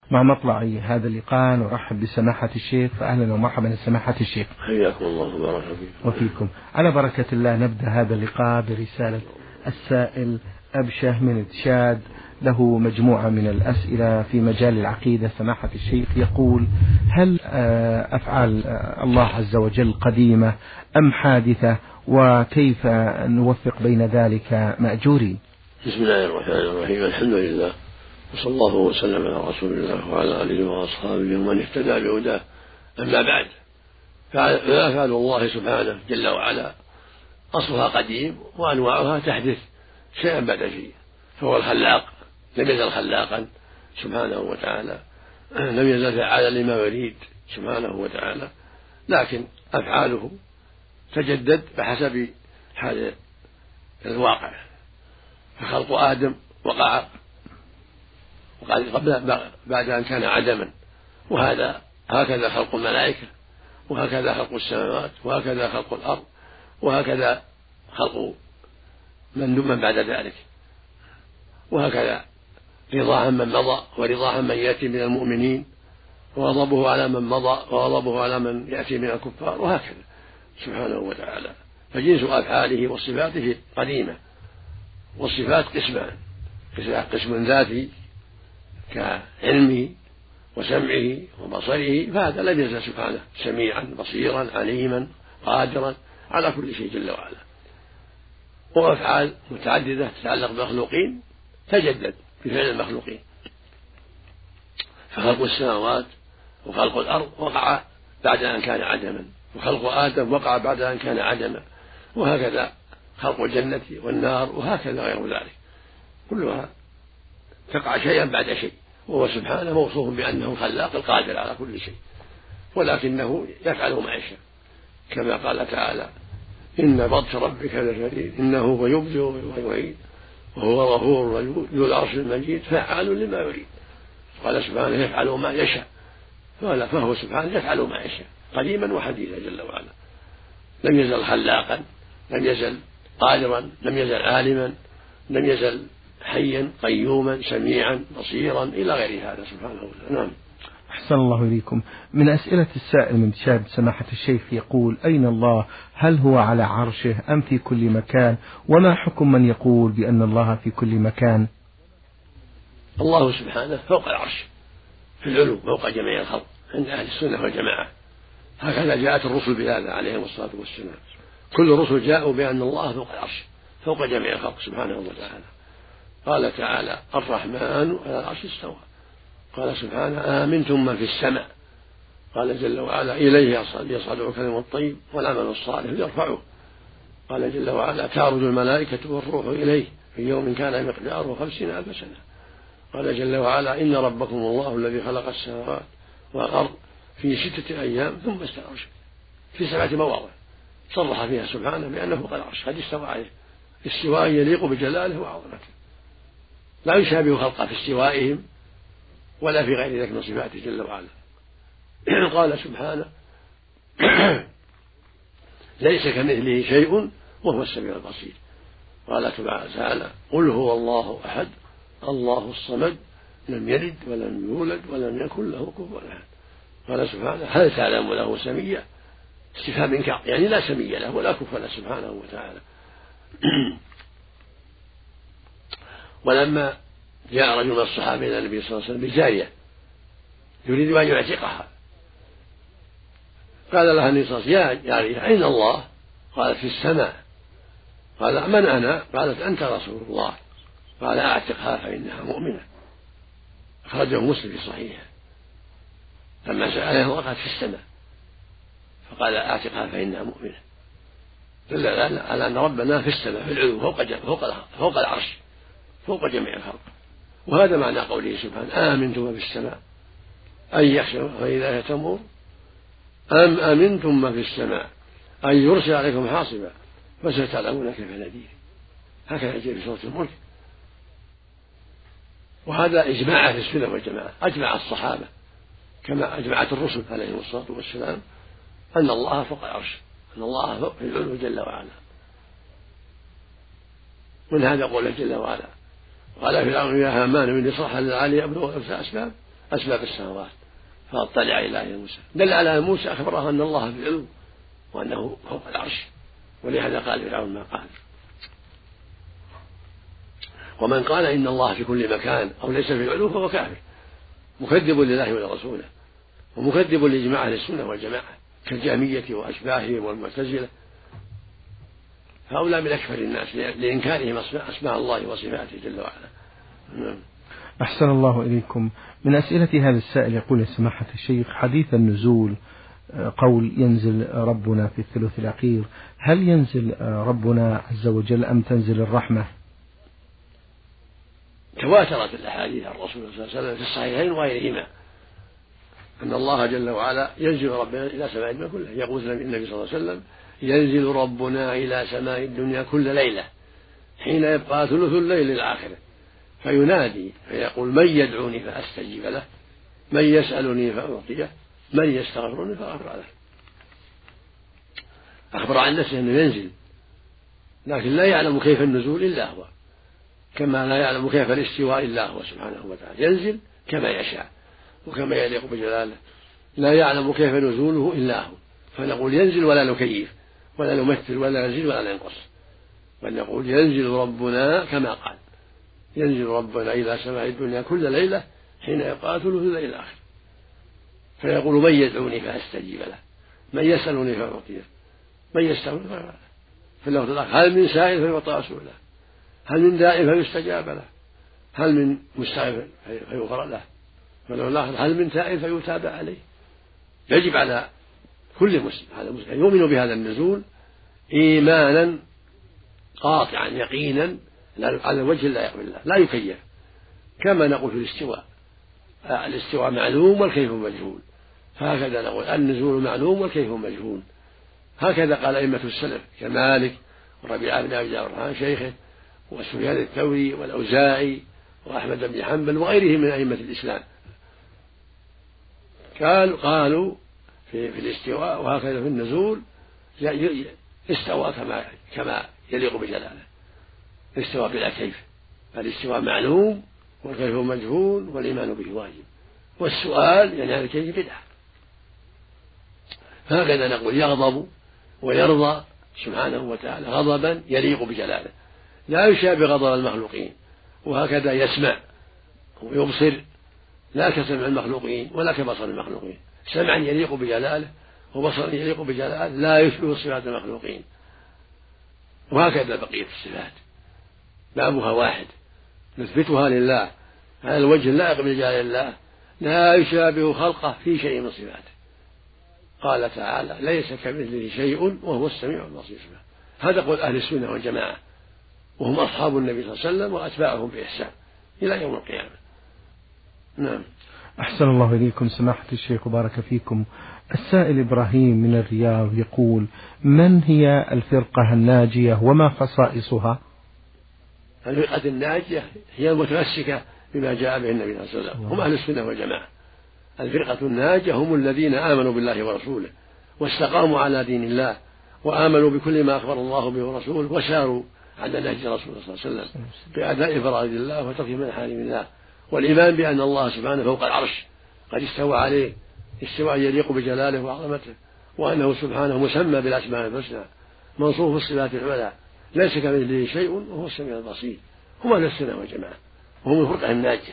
مع مطلع هذا اللقاء نرحب بسماحة الشيخ، فأهلا ومرحبا سماحة الشيخ. حياكم الله وبارك فيكم. وفيكم. على بركة الله نبدأ هذا اللقاء برسالة السائل أبشه من تشاد، له مجموعة من الأسئلة في مجال العقيدة. سماحة الشيخ يقول: هل أفعال الله عز وجل قديمة أم حادثة، وكيف نوفق بين ذلك مأجورين؟ بسم الله الرحمن الرحيم. الحمد لله، وصلى الله وسلم على رسول الله وعلى آله وأصحابه ومن اهتدى بهداه. أما بعد، فأفعال الله سبحانه جل وعلا أصلها قديم، وأنواعها تحدث شيئا بعد شيء، فهو الخلاق، لم يزل خلاقا سبحانه وتعالى، لم يزل فعالا لما يريد سبحانه وتعالى، لكن أفعاله تجدد بحسب حال الواقع. فخلق آدم وقع بعد أن كان عدما، هكذا خلق الملائكة، وهكذا خلق السماوات، وهكذا خلق الأرض، وهكذا خلق من بعد ذلك، وهكذا رضا من مضى ورضا من يأتي من المؤمنين، وغضبه على من مضى وغضبه على من يأتي من الكفار، وهكذا سبحانه وتعالى. فجنس أفعاله وصفاته قديمة. والصفات قسمان: قسم ذاتي كعلمه وسمعه وبصره، فهذا لم يزل سبحانه سميعا بصيرا عليما قادرا على كل شيء جل وعلا. وأفعال متعددة تتعلق بالمخلوقين تجدد بفعل المخلوقين، فخلق السماوات وخلق الأرض وقع بعد أن كان عدما، وخلق آدم وقع بعد أن كان عدما، وهكذا خلق الجنة والنار، وهكذا غير ذلك، كلها تقع شيئا بعد شيء. وهو سبحانه موصوف بأنه خلاق القادر على كل شيء، ولكنه يفعل ما يشاء، كما قال تعالى: إن بطش ربك لشديد إنه هو يبدئ ويعيد وهو الغفور ذو العرش المجيد فعال لما يريد. قال سبحانه: يفعل ما يشاء، فهو سبحانه يفعل ما يشاء قديما وحديثا جل وعلا، لم يزل خلاقا، لم يزل قادرا، لم يزل عالما، لم يزل حيا قيوما سميعا بصيرا إلى غير هذا سبحانه وتعالى. نعم. أحسن الله إليكم. من أسئلة السائل من تشاد سماحة الشيخ يقول: أين الله؟ هل هو على عرشه أم في كل مكان؟ وما حكم من يقول بأن الله في كل مكان؟ الله سبحانه فوق العرش في العلو فوق جميع الخلق عند أهل السنة والجماعة، هكذا جاءت الرسل بهذا عليهم الصلاة والسلام. كل الرسل جاءوا بأن الله فوق العرش فوق جميع الخلق سبحانه وتعالى. قال تعالى: الرحمن على العرش استوى. قال سبحانه: آمنتم من في السماء. قال جل وعلا: إليه يصعد الكلم الطيب والعمل الصالح يرفعه. قال جل وعلا: تعرج الملائكة والروح إليه في يوم كان مقداره 50,000 سنة. قال جل وعلا: إن ربكم الله الذي خلق السماوات والأرض في 6 أيام ثم استوى في 7 مواضع صرح فيها سبحانه بأنه فوق العرش قد استوى عليه استواء يليق بجلاله وعظمته، لا يشابه خلقه في استوائهم ولا في غير ذلك من صفاته جل وعلا. قال سبحانه: ليس كمثله شيء وهو السميع البصير. قال تعالى: قل هو الله أحد الله الصمد لم يلد ولم يولد ولم يكن له كفوا أحد. قال سبحانه: هل تعلم له سميا؟ استفهام إنكار، يعني لا سمي له ولا كفوا له سبحانه وتعالى. ولما جاء رجل من الصحابة إلى النبي صلى الله عليه وسلم بجارية يريد أن يعتقها، قال لها النبي صلى الله عليه وسلم: يا جارية أين الله؟ قالت: في السماء. قال: من أنا؟ قالت: أنت رسول الله. قال: أعتقها فإنها مؤمنة. أخرجه مسلم في صحيحه. لما سألها قالت: في السماء، فقال: أعتقها فإنها مؤمنة. دل على أن ربنا في السماء في العلو فوق العرش فوق جميع الخلق. وهذا معنى قوله سبحانه: آمنتم في السماء أي يخشى فإذا هي تمور، أم أمنتم ما في السماء أن يرسل عليكم حاصبا فستعلمون كيف نذير. هكذا جاء في سورة الملك. وهذا إجماع أهل السنة والجماعة، أجمع الصحابة كما أجمعت الرسل عليهم الصلاة والسلام أن الله فوق العرش، أن الله فوق في العلو جل وعلا. من هذا قوله جل وعلا: قال فرعون: يا هامان ابن لي صرحا لعلي أبلغ الأسباب أسباب السماوات فاطلع إلى موسى، دل على أن موسى أخبره أن الله في العلو وأنه فوق العرش، ولهذا قال فرعون ما قال. ومن قال إن الله في كل مكان أو ليس في العلو فهو كافر مكذب لله ولرسوله ومكذب لإجماع أهل السنة والجماعة كالجهمية وأشباههم والمعتزلة، هؤلاء من أكفر الناس لإنكارهم أسماء الله وصفاته جل وعلا. أحسن الله إليكم. من أسئلة هذا السائل يقول سماحة الشيخ: حديث النزول، قول ينزل ربنا في الثلث الأخير، هل ينزل ربنا عز وجل أم تنزل الرحمة؟ تواترت الأحاديث عن الرسول صلى الله عليه وسلم في الصحيحين وغيرهما أن الله جل وعلا ينزل ربنا إلى سماء الدنيا كلها. يقول النبي صلى الله عليه وسلم: ينزل ربنا إلى سماء الدنيا كل ليلة حين يبقى ثلث الليل الآخر فينادي فيقول: من يدعوني فأستجيب له، من يسألني فأعطيه، من يستغفرني فأغفر له. أخبر عن نفسه أنه ينزل، لكن لا يعلم كيف النزول إلا هو، كما لا يعلم كيف الاستواء إلا هو سبحانه وتعالى. ينزل كما يشاء وكما يليق بجلاله، لا يعلم كيف نزوله إلا هو، فنقول ينزل ولا نكيف ولا نمثل ولا نزيد ولا ننقص، بل نقول ينزل ربنا كما قال: ينزل ربنا إلى سماء الدنيا كل ليلة حين يبقى ثلث الليل الآخر فيقول: من يدعوني فأستجيب له، من يسألني فأعطيه، من يستغفر فأغفر له. في اللفظ الآخر: هل من سائل فيعطى سؤله، هل من داع فيستجاب له، هل من مستغفر فيغفر له، واللفظ الآخر: هل من تائب فيتاب عليه. يجب على كل مسلم يؤمن بهذا النزول إيمانا قاطعا يقينا على وجه لا يقبل الله، لا يكيف، كما نقول في الاستواء معلوم والكيف مجهول، هكذا نقول النزول معلوم والكيف مجهول. هكذا قال أئمة السلف كمالك وربيعة بن أبي الرهان شيخه وسفيان الثوري والأوزاعي وأحمد بن حنبل وغيرهم من أئمة الإسلام، قالوا في الاستواء وهكذا في النزول استوى كما يليق بجلاله، استوى بلا كيف، الاستواء معلوم والكيف مجهول والإيمان به واجب، والسؤال يعني هذا الكيف بدعة. هكذا نقول يغضب ويرضى سبحانه وتعالى غضبا يليق بجلاله لا يشابه غضب المخلوقين، وهكذا يسمع ويبصر لا كسمع المخلوقين ولا كبصر المخلوقين، سمعا يليق بجلاله وبصرا يليق بجلاله لا يشبه صفات المخلوقين. وهكذا بقية الصفات بابها واحد نثبتها لله على الوجه اللائق بجلال الله لا يشابه خلقه في شيء من صفاته. قال تعالى: ليس كمثله شيء وهو السميع البصير. هذا قول أهل السنة والجماعة، وهم أصحاب النبي صلى الله عليه وسلم وأتباعهم بإحسان إلى يوم القيامة. نعم. أحسن الله إليكم سماحة الشيخ وبارك فيكم. السائل إبراهيم من الرياض يقول: من هي الفرقة الناجية وما خصائصها؟ الفرقة الناجية هي المتمسكة بما جاء به النبي صلى الله عليه وسلم، هم أهل السنة والجماعة. الفرقة الناجية هم الذين آمنوا بالله ورسوله واستقاموا على دين الله وآمنوا بكل ما أخبر الله به ورسوله وساروا على نهج رسول الله صلى الله عليه وسلم بأداء فرائض الله وترك محارم الله، والإيمان بأن الله سبحانه فوق العرش قد استوى عليه استواء يليق بجلاله وعظمته، وأنه سبحانه مسمى بالأسماء الحسنى منصوف الصفات العلى ليس كمثله شيء وهو السميع البصير. هم أهل السنة والجماعة وهم الفرقة الناجية.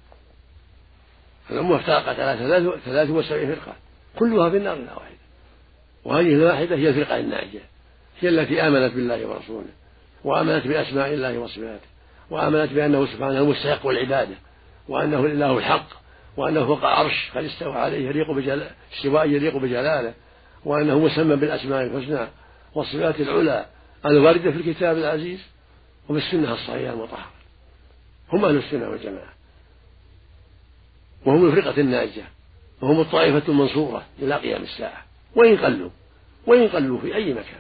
الأمة افترقت على 73 فرقة كلها في النار إلا واحدة، وهذه الواحدة هي الفرقة الناجية، هي التي آمنت بالله ورسوله وآمنت بأسماء الله وصفاته وآمنت بأنه سبحانه مستحق العبادة وأنه الإله الحق وأنه فوق العرش قد استوى عليه استواء يليق بجلاله، وأنه مسمى بالأسماء الحسنى والصفات العلى الواردة في الكتاب العزيز وفي السنة الصحيحة المطهرة. هم أهل السنة والجماعة وهم الفرقة الناجية وهم الطائفة المنصورة إلى قيام الساعة وإن قلوا في أي مكان.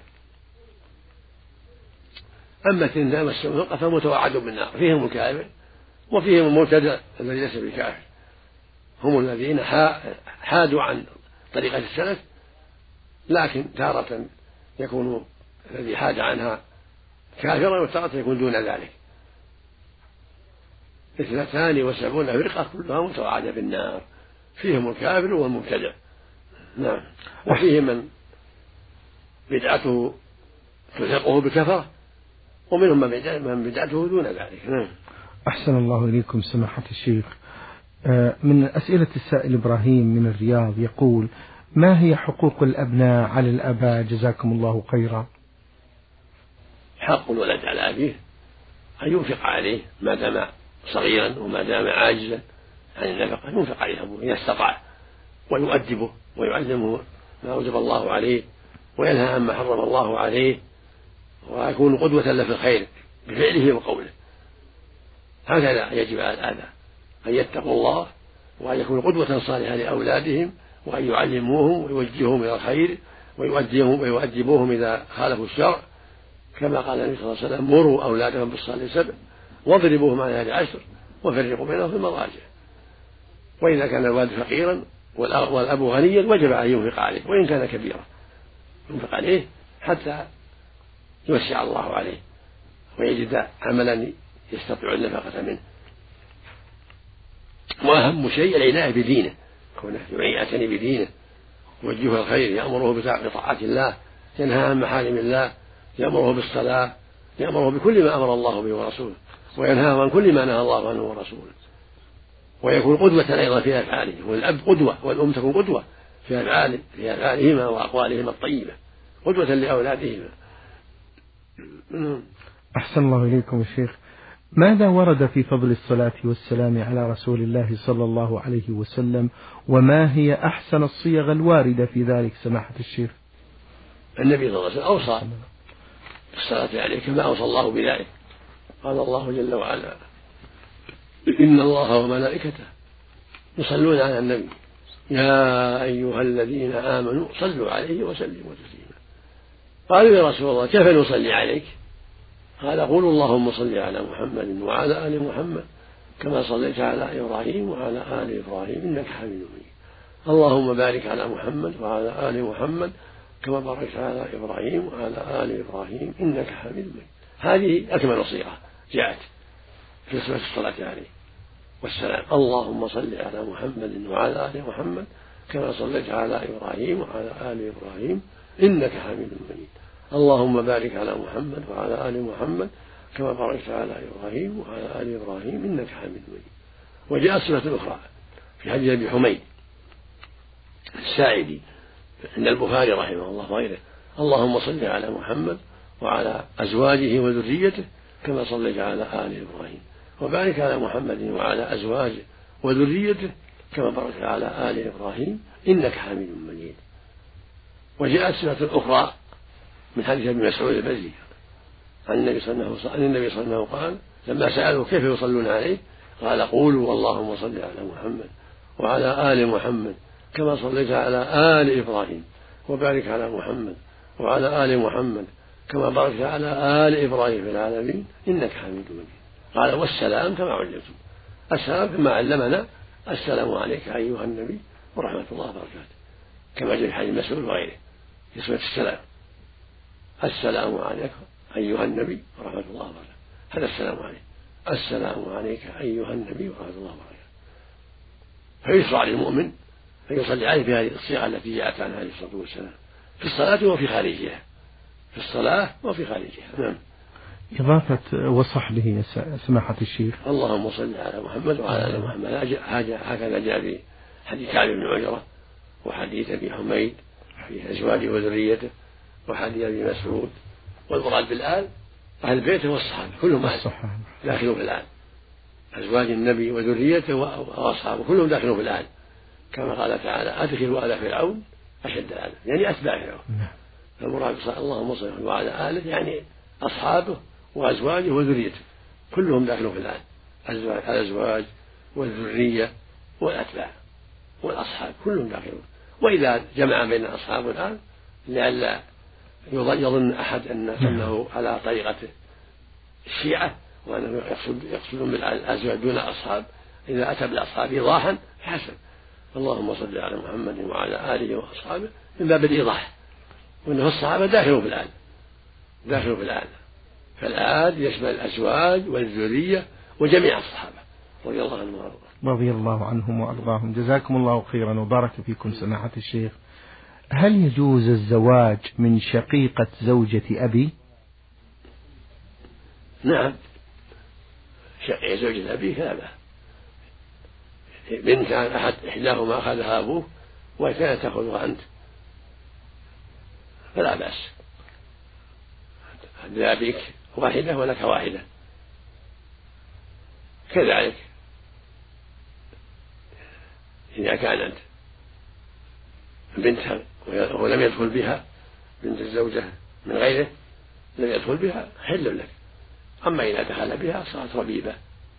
أما الثنتان والسبعون فمتوعد بالنار، فيهم الكافر وفيهم المبتدع الذي ليس بكافر، هم الذين حادوا عن طريقة السلف، لكن تارة يكون الذي حاد عنها كافرا وتارة يكون دون ذلك. 72 فرقة كلها متوعدة بالنار، فيهم الكافر والمبتدع. نعم. وفيهم من بدعته تلحقه بكفرة، ومنهم من بدعته دون ذلك. نعم. أحسن الله إليكم سماحة الشيخ. من أسئلة السائل إبراهيم من الرياض يقول: ما هي حقوق الأبناء على الآباء جزاكم الله خيرا؟ حق الولد على أبيه أن ينفق عليه ما دام صغيرا وما دام عاجزا عن النفقة، ينفق عليه أبوه إذا استطاع، ويؤدبه ويعلمه ما أوجب الله عليه وينهى عما حرم الله عليه، ويكون قدوة له في الخير بفعله وقوله. هكذا يجب على الآباء أن يتقوا الله وأن يكونوا قدوة صالحة لأولادهم، وأن يعلموهم ويوجههم إلى الخير ويؤدبوهم إذا خالفوا الشرع، كما قال النبي صلى الله عليه وسلم: مروا أولادهم بالصلاة 7 واضربوهم عليها 10 وفرقوا بينهم في المضاجع. وإذا كان الوالد فقيرا والأب غنيا وجب عليه ينفق عليه، وإن كان كبيرا ينفق عليه حتى يوسع الله عليه ويجد عملا يستطيع النفقة منه. وأهم شيء العناية بدينه، كونه يعتني بدينه، يوجهه الخير، يأمره بطاعة الله، ينهى عن محارم الله، يأمره بالصلاة، يأمره بكل ما أمر الله به ورسوله، وينهاه عن كل ما نهى الله عنه ورسوله، ويكون قدوة أيضا في أفعاله. والأب قدوة والأم تكون قدوة في أفعالهما وأقوالهما الطيبة، قدوة لأولادهما. أحسن الله إليكم يا شيخ. ماذا ورد في فضل الصلاة والسلام على رسول الله صلى الله عليه وسلم، وما هي أحسن الصيغ الواردة في ذلك سماحة الشيخ؟ النبي صلى الله عليه وسلم أوصى بالصلاة عليه كما أوصى الله بذلك. قال الله جل وعلا: إن الله وملائكته يصلون على النبي يا أيها الذين آمنوا صلوا عليه وسلموا تسليما. قالوا: يا رسول الله كيف نصلي عليك؟ قال: قولوا اللهم صل على محمد وعلى آل محمد كما صليت على إبراهيم وعلى آل إبراهيم إنك حميد مجيد. اللهم بارك على محمد وعلى آل محمد كما باركت على إبراهيم وعلى آل إبراهيم إنك حميد مجيد. هذه أكمل صيغة جاءت في صفة الصلاة عليه والسلام. اللهم صل على محمد وعلى آل محمد كما صليت على إبراهيم وعلى آل إبراهيم إنك حميد مجيد. اللهم بارك على محمد وعلى آل محمد كما باركت على إبراهيم وعلى آل إبراهيم إنك حميد مجيد. وجاء صفة أخرى في حديث أبي حميد الساعدي عند البخاري رحمه الله وغيره: اللهم صل على محمد وعلى أزواجه وذريته كما صليت على آل إبراهيم وبارك على محمد وعلى أزواجه وذريته كما باركت على آل إبراهيم إنك حميد مجيد. وجاءت صفة أخرى من حديث ابن مسعود البزي عن النبي صلى الله عليه وسلم قال لما سألوا كيف يصلون عليه قال: قولوا اللهم صل على محمد وعلى آل محمد كما صليت على آل إبراهيم وبارك على محمد وعلى آل محمد كما باركت على آل إبراهيم في العالمين إنك حميد مجيد. قال: والسلام كما علمتم. السلام كما علمنا: السلام عليك أيها النبي ورحمة الله وبركاته، كما جاء في حديث مسعود وغيره في صفة السلام: السلام عليك أيها النبي ورحمة الله وبركاته. هذا السلام عليك. السلام عليك أيها النبي ورحمة الله وبركاته. فيشرع للمؤمن أن يصلي عليه بهذه الصيغة التي جاءت عنها عليه الصلاة والسلام في الصلاة وفي خارجها، في الصلاة وفي خارجها. نعم. إضافة وصحبه يا سماحة الشيخ: اللهم صل على محمد وعلى آل محمد. هكذا جاء في حديث كعب بن عجرة وحديث أبي حميد في أزواجه وذريته وحديث أبي مسعود. والمراد بالآل أهل بيته والصحابة كلهم داخلوا في الآل، أزواج النبي وذريته وأصحابه كلهم داخلوا في الآل، كما قال تعالى: أدخلوا آل فرعون أشد العذاب، يعني أتباع فرعون. فالمراد اللهم صل وعلى آله يعني أصحابه وأزواجه وذريته كلهم داخلوا في الآل، الأزواج والذرية والأتباع والأصحاب كلهم داخلون. وإذا جمع بين أصحاب الآل لئلا يظن أحد أنه على طريقة الشيعة وأنه يقصدون بالأزواج دون الأصحاب، إذا أتى بالأصحاب إيضاحا حسن. اللهم صل على محمد وعلى آله وأصحابه من باب الإيضاح، وأنه الصحابة داخلوا في الآل، فالآل يشمل الأزواج والذرية وجميع الصحابة رضي الله عنهم وأرضاهم. رضي الله عنهم وأرضاهم. جزاكم الله خيرا وبارك فيكم سماحة الشيخ. هل يجوز الزواج من شقيقة زوجة أبي؟ نعم، شقيقة زوجة أبيك لا بأس. بنت كان إحداهما أخذها أبوه وكانت تأخذها أنت فلا بأس، لأبيك واحدة ولك واحدة. كذلك إذا كانت بنتها ولم يدخل بها، بنت الزوجة من غيره لم يدخل بها حل لك. أما إذا دخل بها صارت ربيبة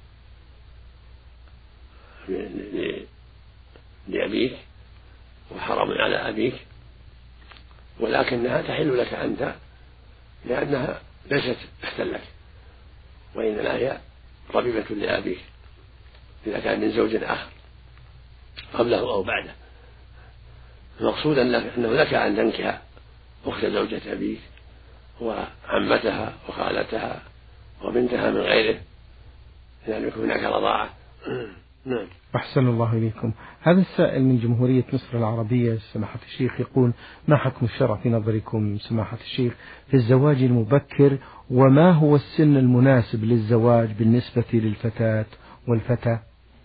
لأبيك وحرام على أبيك، ولكنها تحل لك أنت لأنها ليست أختا لك، وإنما هي ربيبة لأبيك إذا كان من زوج آخر قبله أو بعده. المقصود أنه لك أن تنكح أخت زوجة أبيك وعمتها وخالتها وبنتها من غيره إذا لم يكن هناك رضاعة. نعم. أحسن الله إليكم. هذا السائل من جمهورية مصر العربية سماحة الشيخ يقول: ما حكم الشرع في نظركم سماحة الشيخ في الزواج المبكر، وما هو السن المناسب للزواج بالنسبة للفتاة والفتى؟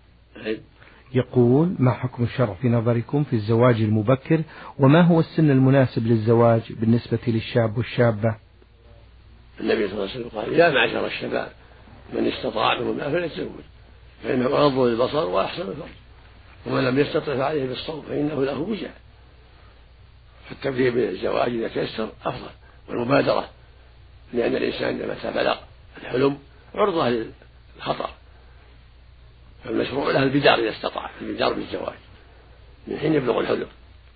يقول: ما حكم الشرع في نظركم في الزواج المبكر، وما هو السن المناسب للزواج بالنسبة للشاب والشابة؟ النبي صلى الله عليه وسلم قال: يا معشر الشباب من استطاع منكم فليتزوج فإنه أغض للبصر وأحسن الفرج، ومن لم يستطع فعليه بالصوم فإنه له وجاء. فالتبديل بالزواج إذا تيسر أفضل، والمبادرة، لأن الإنسان متى بلغ الحلم عرضة للخطر، فالمشروع له البدار إذا استطاع، البدار بالزواج من حين يبلغ الحلم.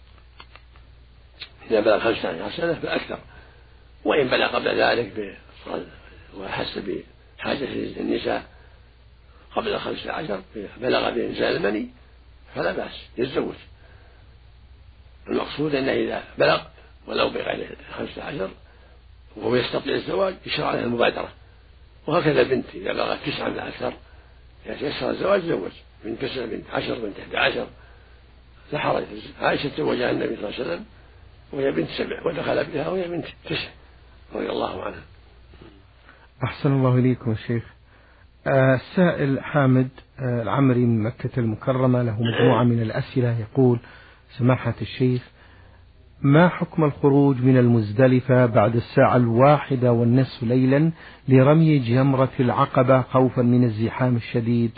إذا بلغ 15 سنة فأكثر، وإن بلغ قبل ذلك وحس بحاجة النساء قبل 15 بلغ بإنزال المني فلا بأس يتزوج. المقصود أنه إذا بلغ ولو بغير 15 وهو يستطيع الزواج يشرع له المبادرة. وهكذا البنت إذا بلغت 9 لا أكثر يتيسر الزواج زوج، من 9 بنت 10 بنت 11 لا حرج. عائشة تزوجها النبي صلى الله عليه وسلم وهي بنت 7 ودخل بها وهي بنت 9 رضي الله عنها. أحسن الله إليكم الشيخ. السائل حامد العمري من مكة المكرمة له مجموعة من الأسئلة يقول: سماحة الشيخ، ما حكم الخروج من المزدلفة بعد 1:01 ليلا لرمي جمرة العقبة خوفا من الزحام الشديد؟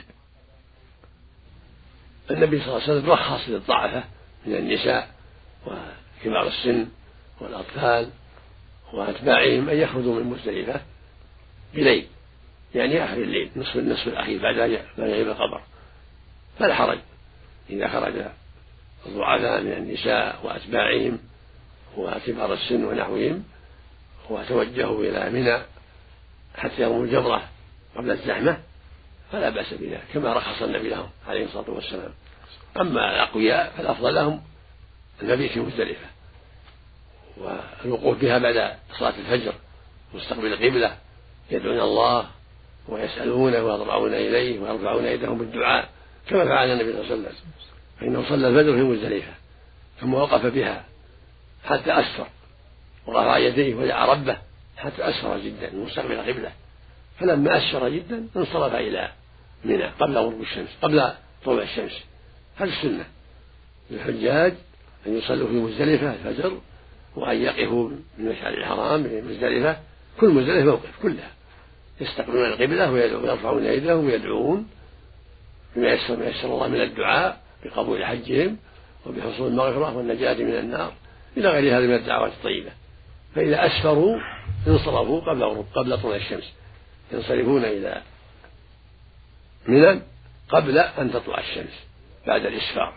النبي صلى الله عليه وسلم رخص للضعفة من النساء وكبار السن والأطفال وأتباعهم أن يخرجوا من مزدلفة بليل، يعني آخر الليل، النصف الأخير بعد ما يغيب القمر، فلا حرج إذا خرج الضعفاء من النساء وأتباعهم وكبار السن ونحوهم وتوجهوا إلى منى حتى يرموا الجمرة قبل الزحمة فلا بأس بذلك، كما رخص النبي لهم عليه الصلاة والسلام. أما الأقوياء فالأفضل لهم المبيت في مزدلفة والوقوف بها بعد صلاة الفجر مستقبل القبلة، يدعون الله ويسألونه ويضرعون إليه ويرفعون يدهم بالدعاء كما فعل النبي صلى الله عليه وسلم، فإنه صلى الفجر في مزدلفة ثم وقف بها حتى أسفر ورفع يديه ودعا ربه حتى أسفر جدا مستقبل القبلة، فلما أسفر جدا انصرف إلى منى قبل غروب الشمس قبل طلوع الشمس. هذه السنة للحجاج أن يصلوا في مزدلفة الفجر وأن يقفوا بالمشعر الحرام بمزدلفة، كل مزدلفة موقف كلها يستقبلون القبلة ويرفعون أيديهم ويدعون بما يسر الله من الدعاء بقبول حجهم وبحصول المغفرة والنجاة من النار إلى غير هذه من الدعوات الطيبة. فإذا أسفروا انصرفوا قبل طلوع الشمس، ينصرفون إلى منى قبل أن تطلع الشمس بعد الإسفار.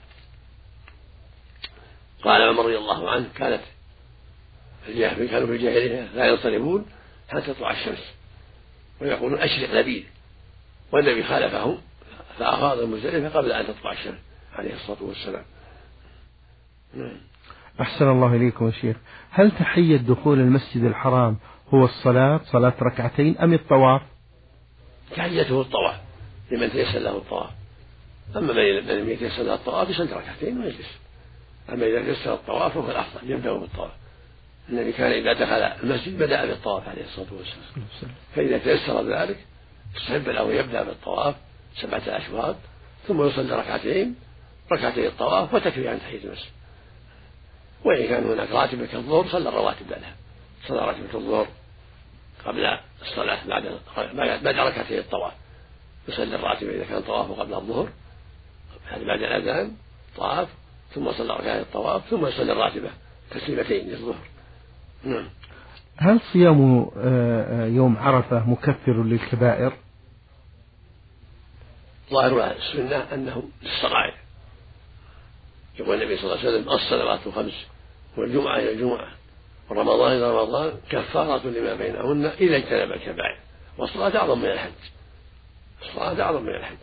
قال عمر رضي الله عنه كانوا في الجاهلية لا ينصرفون حتى تطلع الشمس ويقولون أشرق لبيد، والنبي خالفهم فأفاض المزدلفة قبل أن تطلع الشمس عليه الصلاة والسلام. أحسن الله إليكم يا شيخ. هل تحية دخول المسجد الحرام هو صلاة ركعتين أم الطواف؟ تحيته الطواف، لمن تيسر له الطواف. أما من لم يتيسر له الطواف يصلي ركعتين ويجلس. أما إذا تيسر الطواف فهو الأفضل يبدأ بالطواف. النبي كان إذا دخل المسجد بدأ بالطواف عليه الصلاة والسلام، فإذا تيسر ذلك استحب له يبدأ بالطواف 7 أشواط ثم يصلي ركعتي الطواف وتكفي عن تحية المسجد. وإن كان هناك راتبة كالظهر صلى الرواتب لها، صلى راتبة الظهر قبل الصلاة بعد ركعتي الطواف، يصلي الراتبة إذا كان طوافه قبل الظهر يعني بعد الأذان طاف ثم صلى ركعتي الطواف ثم يصلي الراتبة تسليمتين للظهر. نعم. هل صيام يوم عرفة مكفر للكبائر؟ ظاهر السنة أنه للصغائر. يقول النبي صلى الله عليه وسلم الصلوات الخمس والجمعة إلى الجمعة ورمضان إلى رمضان كفارة لما بينهن إذا اجتنب الكبائر. والصلاة أعظم من الحج، الصلاة أعظم من الحج.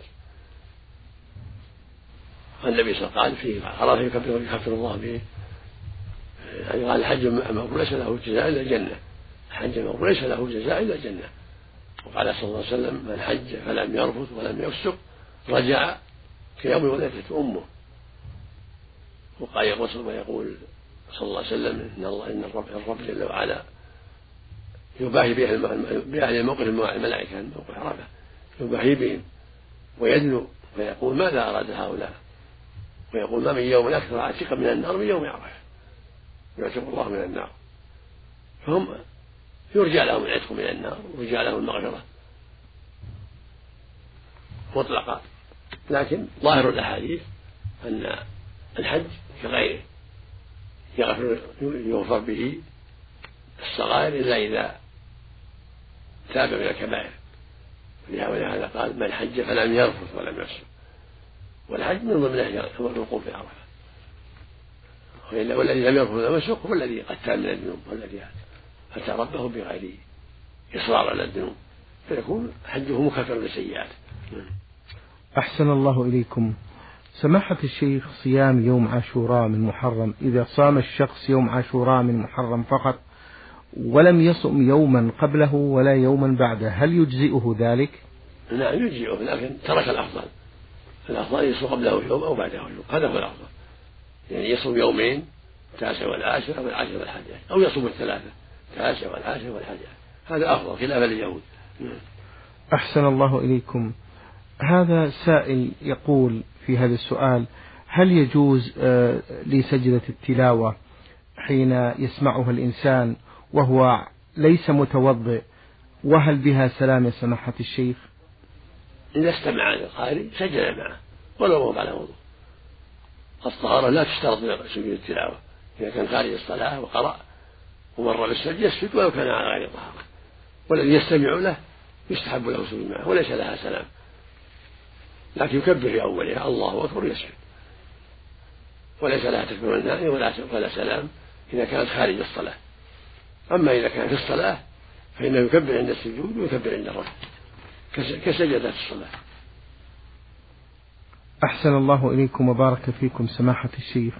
النبي صلى الله عليه وسلم قال في عرفة يكفر الله به، يعني قال الحج المبرور ليس له جزاء إلا الجنة، الحج المبرور ليس له جزاء إلا الجنة. وقال صلى الله عليه وسلم من حج فلم يرفث ولم يفسق رجع كيوم ولدته أمه. وقال يقول صلى الله عليه وسلم إن الرب جل وعلا يباهي بأهل الموقف الملائكة موقف عرفة، يباهي بهم ويدنو ويقول ماذا أراد هؤلاء، ويقول ما من يوم أكثر عتيقا من النار من يوم عرفة، يعتق الله من النار. فهم يرجى لهم العتق من النار ويرجى لهم المغفرة مطلقا. لكن ظاهر الأحاديث أن الحج كغيره يغفر به الصغائر إلا إذا تاب من الكبائر. ولهذا قال من حج فلم يرفث ولم يفسق، والحج من ضمنه الوقوف في عرفة. والذي لم يرفث ولم يفسق هو الذي قد تاب من الذنوب والذي أتى ربه بغير إصرار على الذنوب، فيكون حجه مكفر لسيئاته. أحسن الله إليكم. سماحة الشيخ، صيام يوم عاشوراء من محرم، إذا صام الشخص يوم عاشوراء من محرم فقط ولم يصم يوما قبله ولا يوما بعده هل يجزئه ذلك؟ نعم يجزئه، لكن ترك الأفضل. الأفضل يصوم قبله يوم أو بعده يوم، هذا هو الأفضل. يعني يصوم يومين 9 والعاشر والعاشر والحادية، أو يصوم 3 9 والعاشر والحادية، هذا أفضل خلاف اليهود. أحسن الله إليكم. هذا سائل يقول في هذا السؤال: هل يجوز لسجدة التلاوة حين يسمعها الإنسان وهو ليس متوضئ، وهل بها سلام يا سماحة الشيخ؟ إذا استمع للقارئ سجد معه ولو هو على وضوء. الطهارة لا تشترط لسجود التلاوة، إذا كان خارج الصلاة وقرأ ومر بالسجد يسجد ولو كان على غير طهارة، والذي يستمع له يستحب له السجود معه وليس لها سلام، لكن يكبر في أولها الله أكبر يسجد، وليس لها تكبير النائم ولا سلام إذا كانت خارج الصلاة. أما إذا كان في الصلاة فإنه يكبر عند السجود ويكبر عند الرفع كسجدات الصلاة. أحسن الله إليكم وبارك فيكم سماحة الشيخ.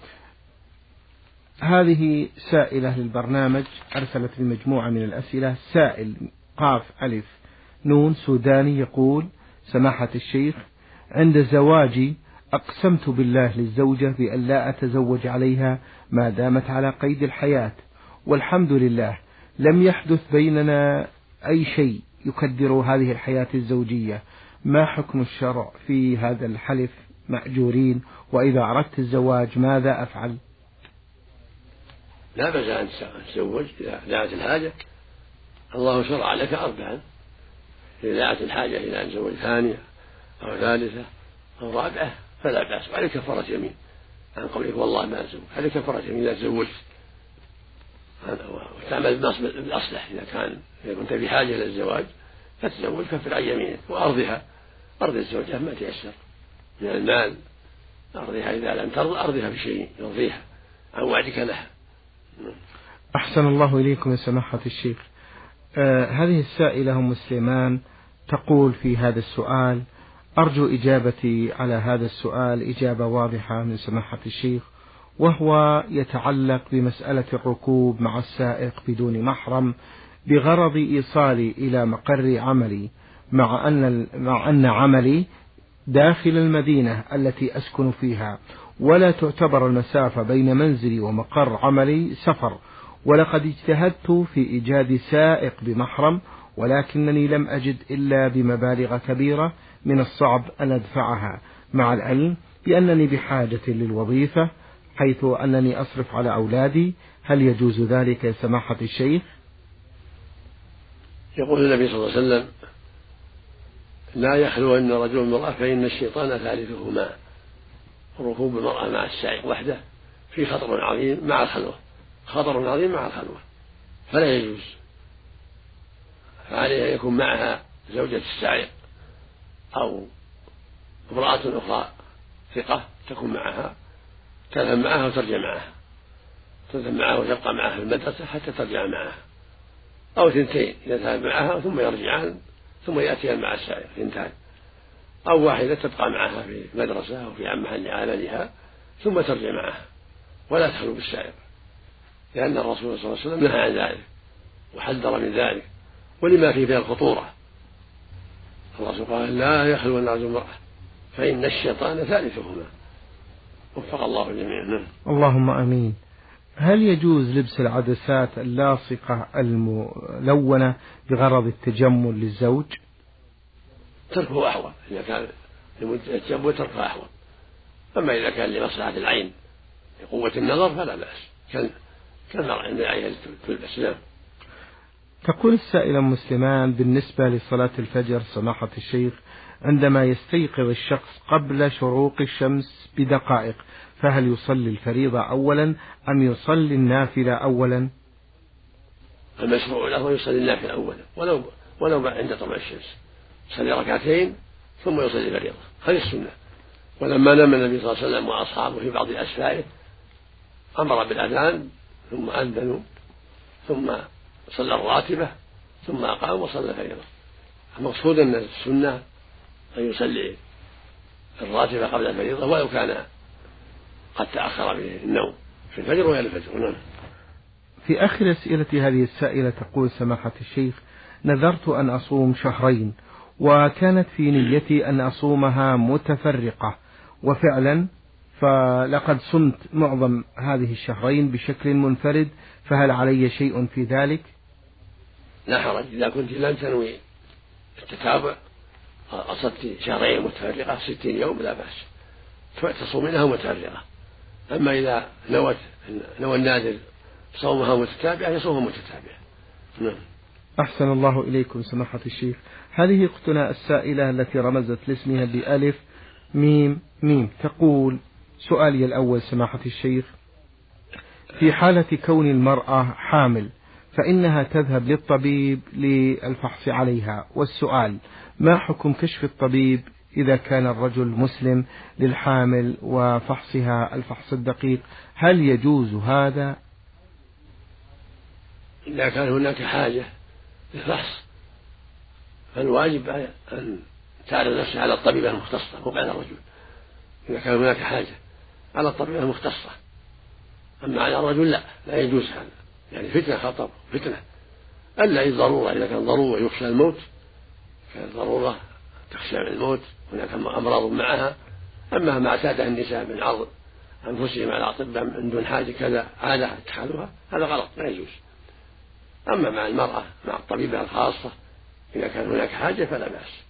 هذه سائلة للبرنامج أرسلت المجموعة من الأسئلة. سائل قاف ألف نون سوداني يقول: سماحة الشيخ، عند زواجي أقسمت بالله للزوجة بأن لا أتزوج عليها ما دامت على قيد الحياة، والحمد لله لم يحدث بيننا أي شيء يكدر هذه الحياة الزوجية. ما حكم الشرع في هذا الحلف مأجورين؟ وإذا أردت الزواج ماذا أفعل؟ لا بأس أن تتزوج إذا دعت الحاجة. الله شرع لك 4: إذا دعت الحاجة إلى أن تزوج ثانية أو ثالثة أو رابعة فلا بأس، وعليه كفارة يمين عن قولك والله ما أتزوج، هذه كفارة يمين إذا تزوجت، وتعمل بالأصلح. إذا كنت بحاجة إلى الزواج فتزوج، كفر عن يمينك وأرضها، أرض الزوجة ما تيسر من المال، أرضها إذا لم ترض أرضها بشيء يرضيها عن وعدك لها. أحسن الله إليكم يا سماحة الشيخ. هذه السائلة أم سليمان تقول في هذا السؤال: أرجو إجابتي على هذا السؤال إجابة واضحة من سماحة الشيخ، وهو يتعلق بمسألة الركوب مع السائق بدون محرم بغرض إيصالي إلى مقر عملي مع أن عملي داخل المدينة التي أسكن فيها، ولا تعتبر المسافة بين منزلي ومقر عملي سفر، ولقد اجتهدت في إيجاد سائق بمحرم، ولكنني لم أجد إلا بمبالغ كبيرة من الصعب أن أدفعها، مع العلم بأنني بحاجة للوظيفة حيث أنني أصرف على أولادي. هل يجوز ذلك يا سماحة الشيخ؟ يقول النبي صلى الله عليه وسلم: لا يخلون رجل وامرأة فإن الشيطان ثالثهما. ركوب المرأة مع السائق وحده في خطر عظيم مع الخلوة، خطر عظيم مع الخلوة، فلا يجوز. فعليه أن يكون معها زوجة السائق أو امرأة أخرى ثقة تكون معها، تذهب معها وترجع معها، تذهب معها وتبقى معها في المدرسة حتى ترجع معها، أو ثنتين يذهب معها ثم يرجعان ثم يأتيان مع السائق ثنتان، أو واحدة تبقى معها في مدرسة أو في محل عملها ثم ترجع معها، ولا تخلو بالسائق، لأن الرسول صلى الله عليه وسلم نهى عن ذلك وحذر من ذلك ولما فيه الخطورة. الرسول قال: لا يخلون رجل وامرأة فإن الشيطان ثالثهما. وفق الله الجميع. اللهم آمين. هل يجوز لبس العدسات اللاصقة الملونة بغرض التجمل للزوج؟ تركه أحوط، إذا كان لمدة التجمل تركه أحوط، أما إذا كان لمصلحة العين لقوة النظر فلا بأس، كالمرأة عند العين تلبس. نعم. تقول السائلة مسلمان: بالنسبة لصلاة الفجر سماحة الشيخ، عندما يستيقظ الشخص قبل شروق الشمس بدقائق، فهل يصلي الفريضة أولا أم يصلي النافلة أولا؟ المشروع له يصلي النافلة أولا ولو عند طلوع الشمس، يصلي ركعتين ثم يصلي الفريضة، هذه السنة. ولما نام النبي صلى الله عليه وسلم وأصحابه في بعض أسفاره أمر بالأذان ثم أذنوا ثم صلى الراتبة ثم أقام وصلى الفريضة. المقصود أن السنة أن يصلي الراتبة قبل الفريضة ولو كان قد تأخر به النوم في الفجر وغير الفجر. نعم. في آخر أسئلة هذه السائلة تقول سماحة الشيخ: نذرت أن أصوم شهرين، وكانت في نيتي أن أصومها متفرقة، وفعلا فلقد صمت معظم هذه الشهرين بشكل منفرد، فهل علي شيء في ذلك؟ لا حرج، إذا كنت لم تنوي التتابع أصبت شهرين متفرقة 60 يوم لا بأس تصومينها متفرقة. أما إذا نوى النادر صومها متتابعة يصومها متتابعة. نعم. أحسن الله إليكم سماحة الشيخ. هذه أختنا السائلة التي رمزت لاسمها بألف ميم ميم تقول: سؤالي الأول سماحة الشيخ: في حالة كون المرأة حامل فإنها تذهب للطبيب للفحص عليها، والسؤال: ما حكم كشف الطبيب إذا كان الرجل مسلم للحامل وفحصها الفحص الدقيق؟ هل يجوز هذا؟ إذا كان هناك حاجة للفحص فالواجب أن تعرض نفسها على الطبيبة المختصة مو على الرجل. إذا كان هناك حاجة على الطبيبة المختصة، أما على الرجل لا يجوز هذا، يعني فتنة خطر فتنة، ألا الضرورة. إذا كان ضرورة يخشى الموت، كان ضرورة تخشى من الموت، هناك أمراض معها. أما ما اعتادها النساء من عرض أنفسهم على الأطباء من دون حاجة كذا عادة اتخاذها، هذا غلط لا يجوز. أما مع المرأة مع الطبيبة الخاصة إذا كان هناك حاجة فلا بأس،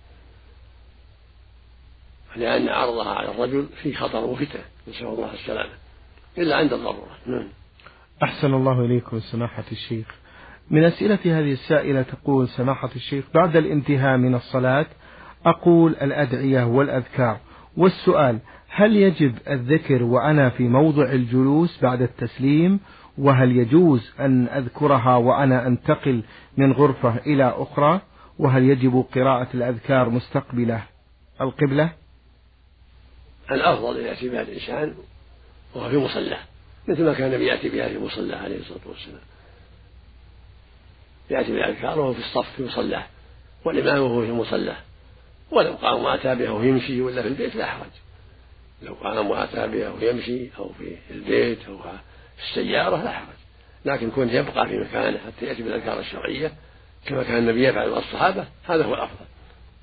لأن عرضها على الرجل فيه خطر وفتنة، نسأل الله السلامة، إلا عند الضرورة. أحسن الله إليكم سماحة الشيخ. من أسئلة هذه السائلة تقول سماحة الشيخ: بعد الانتهاء من الصلاة أقول الأدعية والأذكار، والسؤال: هل يجب الذكر وأنا في موضع الجلوس بعد التسليم؟ وهل يجوز أن أذكرها وأنا أنتقل من غرفة إلى أخرى؟ وهل يجب قراءة الأذكار مستقبلة القبلة؟ الأفضل يأتي بها الإنسان وهو في مصلاه، مثل ما كان النبي يأتي بها في مصلاه عليه الصلاة والسلام، يأتي بالأذكار وهو في الصف في مصلاه، والإمام وهو في مصلاه. ولو قام وأتى بها ويمشي ولا في البيت لا حرج، لو قام وأتى بها ويمشي أو في البيت أو في السيارة لا حرج، لكن كون يبقى في مكانه حتى يأتي بالأذكار الشرعية كما كان النبي يفعل والصحابة هذا هو الأفضل.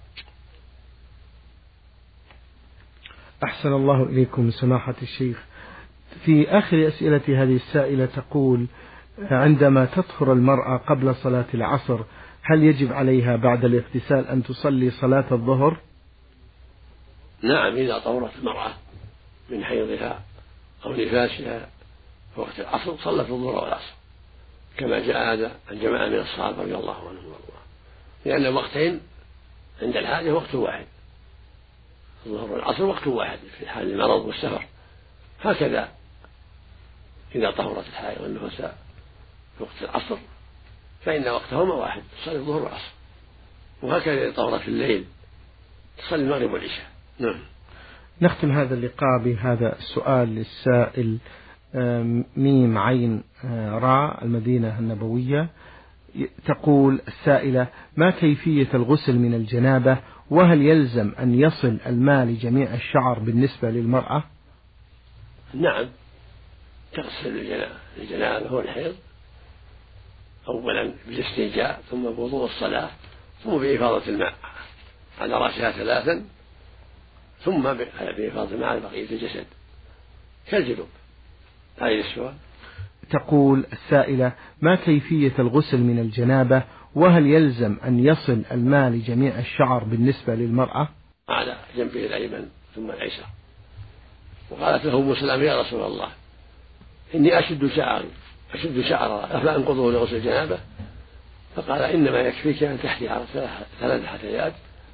أحسن الله إليكم سماحة الشيخ. في آخر أسئلة هذه السائلة تقول: عندما تطهر المرأة قبل صلاة العصر هل يجب عليها بعد الاغتسال أن تصلي صلاة الظهر؟ نعم، إذا طهرت المرأة من حيضها أو نفاسها في وقت العصر صلت الظهر والعصر، كما جاء هذا عن جماعة من الصحابة رضي الله عنهم وارضاهم، لأن الوقتين عند الحاجة وقت واحد، الظهر والعصر وقت واحد في حال المرض والسفر. هكذا إذا طهرت الحائض والنفساء في وقت العصر فإن وقتهما واحد، تصلي الظهر والعصر. وهكذا إذا طهرت في الليل تصلي المغرب والعشاء. نعم. نختم هذا اللقاء بهذا السؤال للسائل ميم عين راء المدينة النبوية. تقول السائلة: ما كيفية الغسل من الجنابة، وهل يلزم أن يصل الماء لجميع الشعر بالنسبة للمرأة؟ نعم، تغسل الجنابة والحيض أولا بالاستنجاء، ثم بوضوء الصلاة، ثم بإفاضة الماء على رأسها 3، ثم بإفاضة الماء على بقية الجسد كالجنوب. هذه السؤال. تقول السائلة: ما كيفية الغسل من الجنابة، وهل يلزم أن يصل الماء لجميع الشعر بالنسبة للمرأة؟ على جنبه الأيمن ثم الأيسر. وقالت له أم سلمة: يا رسول الله، إني أشد شعرا أفأنقضه لغسل الجنابة؟ فقال: إنما يكفيك أن تحثي على 3 حثيات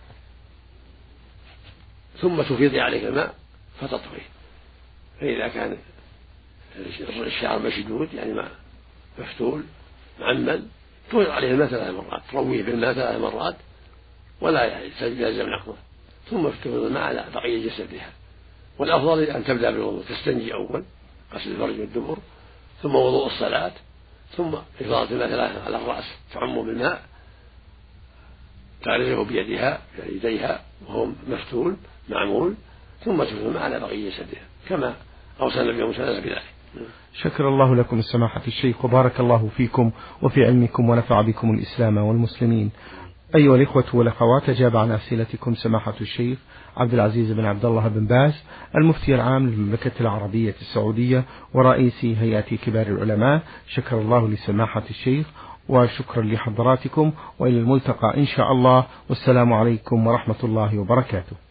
ثم تفيضي عليه الماء فتطهي. فإذا كان الشعر مشدود يعني مفتول معمل تفيض عليه الماء 3 مرات، ترويه بالماء 3 مرات ولا يلزم نقضه، ثم تفيض الماء على بقية جسدها. والأفضل أن تبدأ بالوضوء، تستنجي أول، غسل الفرج والدبر، ثم وضوء الصلاة، ثم إفاضة الماء 3 على الرأس تعم بالماء، تعرفه بيدها بيديها وهو مفتول معمول، ثم تفيض الماء على بقية جسدها كما أوصى النبي صلى الله عليه وسلم بذلك. شكر الله لكم سماحة الشيخ، وبارك الله فيكم وفي علمكم ونفع بكم الإسلام والمسلمين. أيها الإخوة والأخوات، أجاب عن أسئلتكم سماحة الشيخ عبد العزيز بن عبد الله بن باز، المفتي العام للمملكة العربية السعودية ورئيس هيئة كبار العلماء. شكر الله لسماحة الشيخ، وشكرا لحضراتكم، وإلى الملتقى إن شاء الله، والسلام عليكم ورحمة الله وبركاته.